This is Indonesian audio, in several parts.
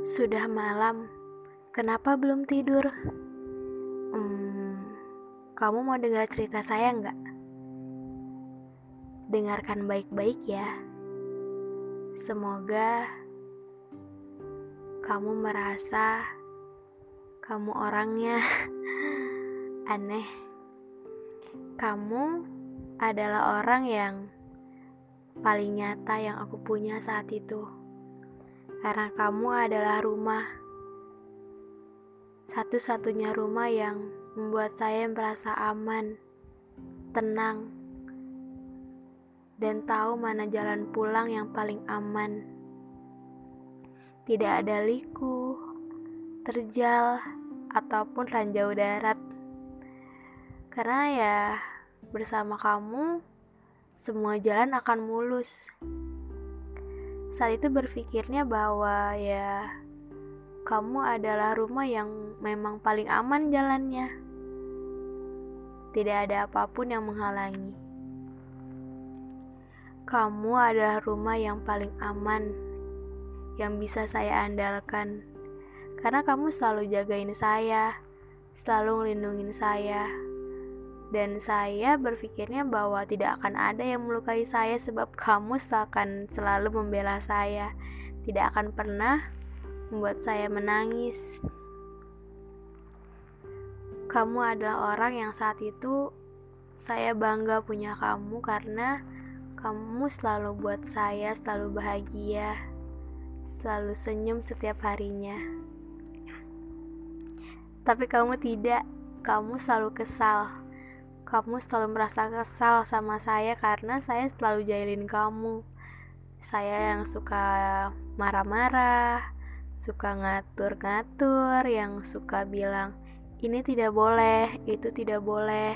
Sudah malam, kenapa belum tidur? Kamu mau dengar cerita saya nggak? Dengarkan baik-baik ya. Semoga kamu merasa kamu orangnya aneh. Kamu adalah orang yang paling nyata yang aku punya saat itu. Karena kamu adalah rumah, satu-satunya rumah yang membuat saya merasa aman, tenang, dan tahu mana jalan pulang yang paling aman. Tidak ada liku, terjal, ataupun ranjau darat. Karena ya, bersama kamu, semua jalan akan mulus. Saat itu berpikirnya bahwa ya, kamu adalah rumah yang memang paling aman jalannya. Tidak ada apapun yang menghalangi. Kamu adalah rumah yang paling aman, yang bisa saya andalkan. Karena kamu selalu jagain saya, selalu ngelindungin saya. Dan saya berpikirnya bahwa tidak akan ada yang melukai saya sebab kamu akan selalu membela saya. Tidak akan pernah membuat saya menangis. Kamu adalah orang yang saat itu saya bangga punya kamu karena kamu selalu buat saya selalu bahagia, selalu senyum setiap harinya. Tapi kamu tidak, kamu selalu kesal. Kamu selalu merasa kesal sama saya karena saya selalu jahilin kamu. Saya yang suka marah-marah, suka ngatur-ngatur, yang suka bilang ini tidak boleh, itu tidak boleh.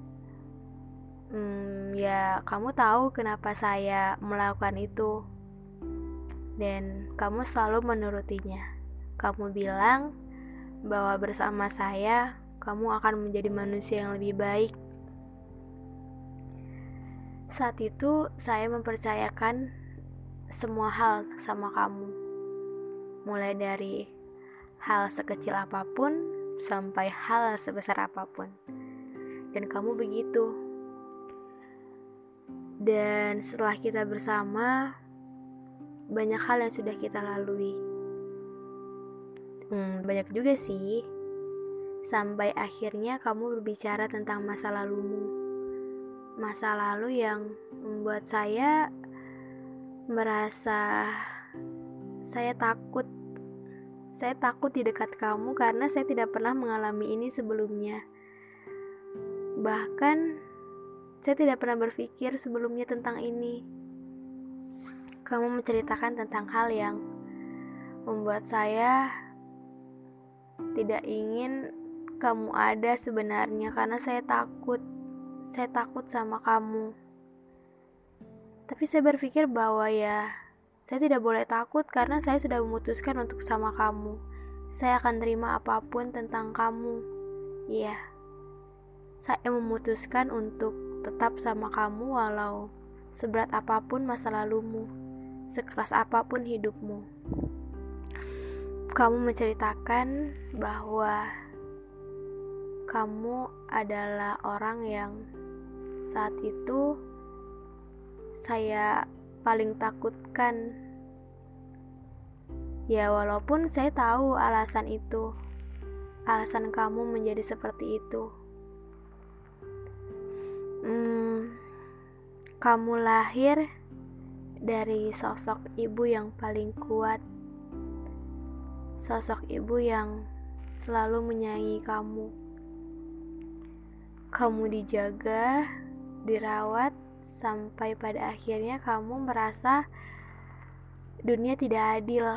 Ya kamu tahu kenapa saya melakukan itu. Dan kamu selalu menurutinya. Kamu bilang bahwa bersama saya kamu akan menjadi manusia yang lebih baik. Saat itu saya mempercayakan semua hal sama kamu. Mulai dari hal sekecil apapun sampai hal sebesar apapun. Dan kamu begitu. Dan setelah kita bersama, banyak hal yang sudah kita lalui. Banyak juga sih. Sampai akhirnya kamu berbicara tentang masa lalumu. Masa lalu yang membuat saya merasa saya takut. Saya takut di dekat kamu karena saya tidak pernah mengalami ini sebelumnya. Bahkan saya tidak pernah berpikir sebelumnya tentang ini. Kamu menceritakan tentang hal yang membuat saya tidak ingin kamu ada sebenarnya karena saya takut. Saya takut sama kamu. Tapi saya berpikir bahwa ya, saya tidak boleh takut karena saya sudah memutuskan untuk sama kamu. Saya akan terima apapun tentang kamu. Iya, saya memutuskan untuk tetap sama kamu walau seberat apapun masa lalumu, sekeras apapun hidupmu. Kamu menceritakan bahwa kamu adalah orang yang saat itu saya paling takutkan. Ya walaupun saya tahu alasan itu, alasan kamu menjadi seperti itu. Kamu lahir dari sosok ibu yang paling kuat, sosok ibu yang selalu menyayangi kamu. Kamu dijaga, dirawat, sampai pada akhirnya kamu merasa dunia tidak adil.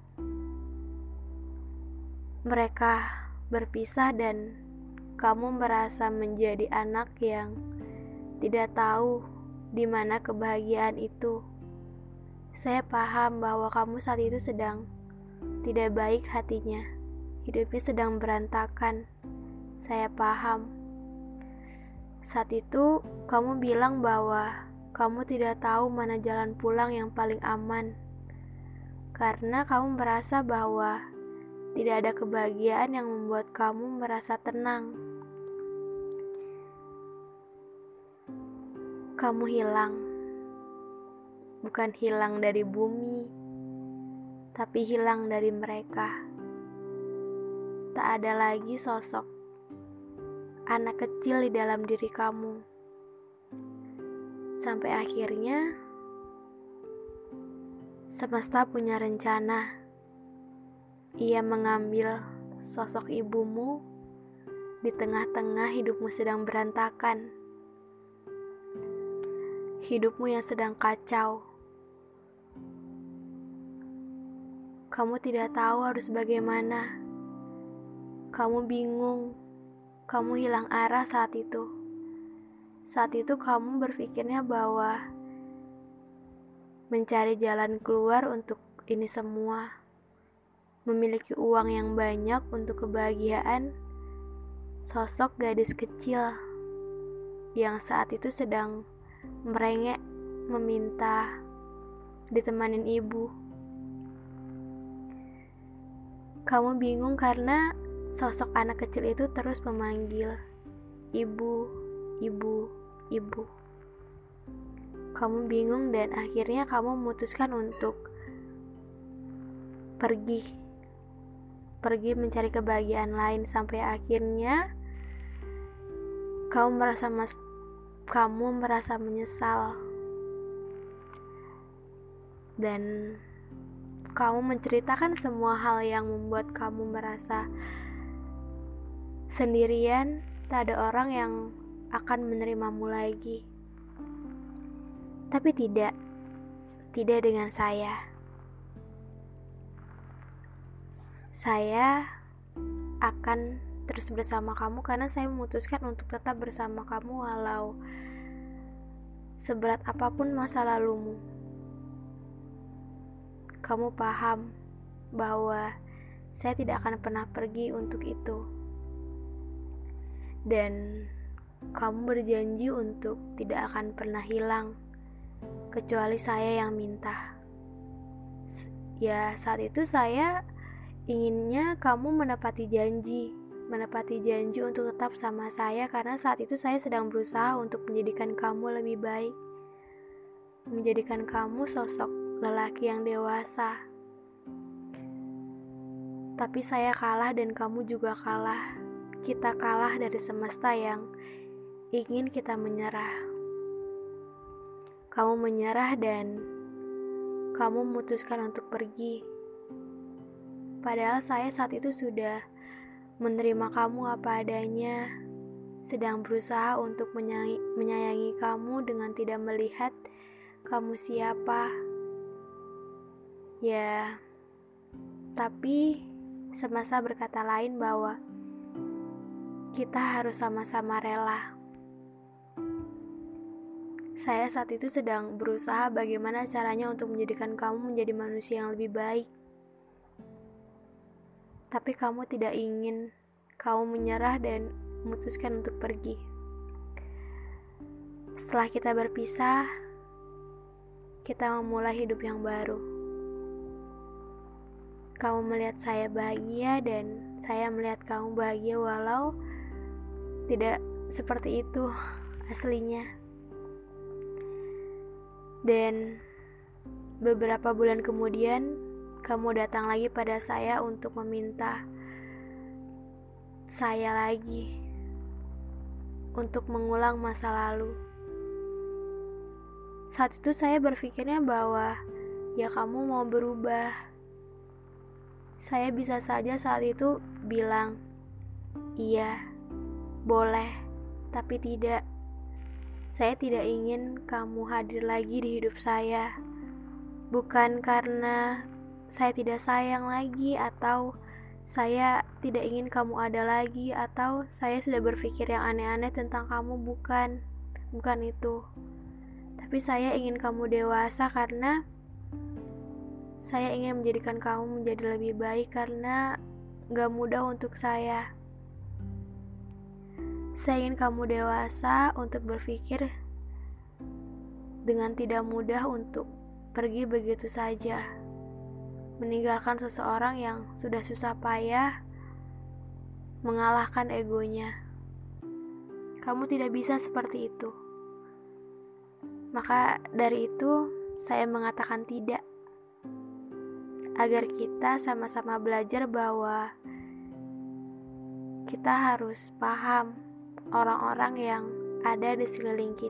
Mereka berpisah dan kamu merasa menjadi anak yang tidak tahu di mana kebahagiaan itu. Saya paham bahwa kamu saat itu sedang tidak baik hatinya. Hidupnya sedang berantakan. Saya paham. Saat itu kamu bilang bahwa kamu tidak tahu mana jalan pulang yang paling aman. karena kamu merasa bahwa tidak ada kebahagiaan yang membuat kamu merasa tenang. Kamu hilang, bukan hilang dari bumi, tapi hilang dari mereka. Tak ada lagi sosok anak kecil di dalam diri kamu. Sampai akhirnya semesta punya rencana. Ia mengambil sosok ibumu di tengah-tengah hidupmu sedang berantakan. Hidupmu yang sedang kacau. Kamu tidak tahu harus bagaimana. Kamu bingung. Kamu hilang arah saat itu. Saat itu kamu berpikirnya bahwa mencari jalan keluar untuk ini semua, memiliki uang yang banyak untuk kebahagiaan, sosok gadis kecil yang saat itu sedang merengek meminta ditemanin ibu. Kamu bingung karena sosok anak kecil itu terus memanggil ibu, ibu, ibu. Kamu bingung dan akhirnya kamu memutuskan untuk pergi mencari kebahagiaan lain, sampai akhirnya kamu merasa menyesal dan kamu menceritakan semua hal yang membuat kamu merasa sendirian. Tak ada orang yang akan menerimamu lagi. Tapi tidak dengan saya. Saya akan terus bersama kamu karena saya memutuskan untuk tetap bersama kamu walau seberat apapun masa lalumu. Kamu paham bahwa saya tidak akan pernah pergi untuk itu. Dan kamu berjanji untuk tidak akan pernah hilang, kecuali saya yang minta. Ya, saat itu saya inginnya kamu menepati janji untuk tetap sama saya, karena saat itu saya sedang berusaha untuk menjadikan kamu lebih baik, menjadikan kamu sosok lelaki yang dewasa. Tapi saya kalah dan kamu juga kalah. Kita kalah dari semesta yang ingin kita menyerah. Kamu menyerah dan kamu memutuskan untuk pergi. Padahal saya saat itu sudah menerima kamu apa adanya, sedang berusaha untuk menyayangi kamu dengan tidak melihat kamu siapa. Ya, tapi semesta berkata lain bahwa kita harus sama-sama rela. Saya saat itu sedang berusaha bagaimana caranya untuk menjadikan kamu menjadi manusia yang lebih baik. Tapi kamu tidak ingin, kamu menyerah dan memutuskan untuk pergi. Setelah kita berpisah, kita memulai hidup yang baru. Kamu melihat saya bahagia dan saya melihat kamu bahagia walau tidak seperti itu aslinya. Dan beberapa bulan kemudian kamu datang lagi pada saya untuk meminta saya lagi untuk mengulang masa lalu. Saat itu saya berpikirnya bahwa ya kamu mau berubah. Saya bisa saja saat itu bilang, iya, boleh, tapi tidak. Saya tidak ingin kamu hadir lagi di hidup saya. Bukan karena saya tidak sayang lagi, atau saya tidak ingin kamu ada lagi, atau saya sudah berpikir yang aneh-aneh tentang kamu. Bukan itu. Tapi saya ingin kamu dewasa karena saya ingin menjadikan kamu menjadi lebih baik, karena gak mudah untuk saya. Saya ingin kamu dewasa untuk berpikir dengan tidak mudah untuk pergi begitu saja. meninggalkan seseorang yang sudah susah payah mengalahkan egonya. Kamu tidak bisa seperti itu. Maka dari itu, saya mengatakan tidak. Agar kita sama-sama belajar bahwa kita harus paham orang-orang yang ada di sekeliling kita.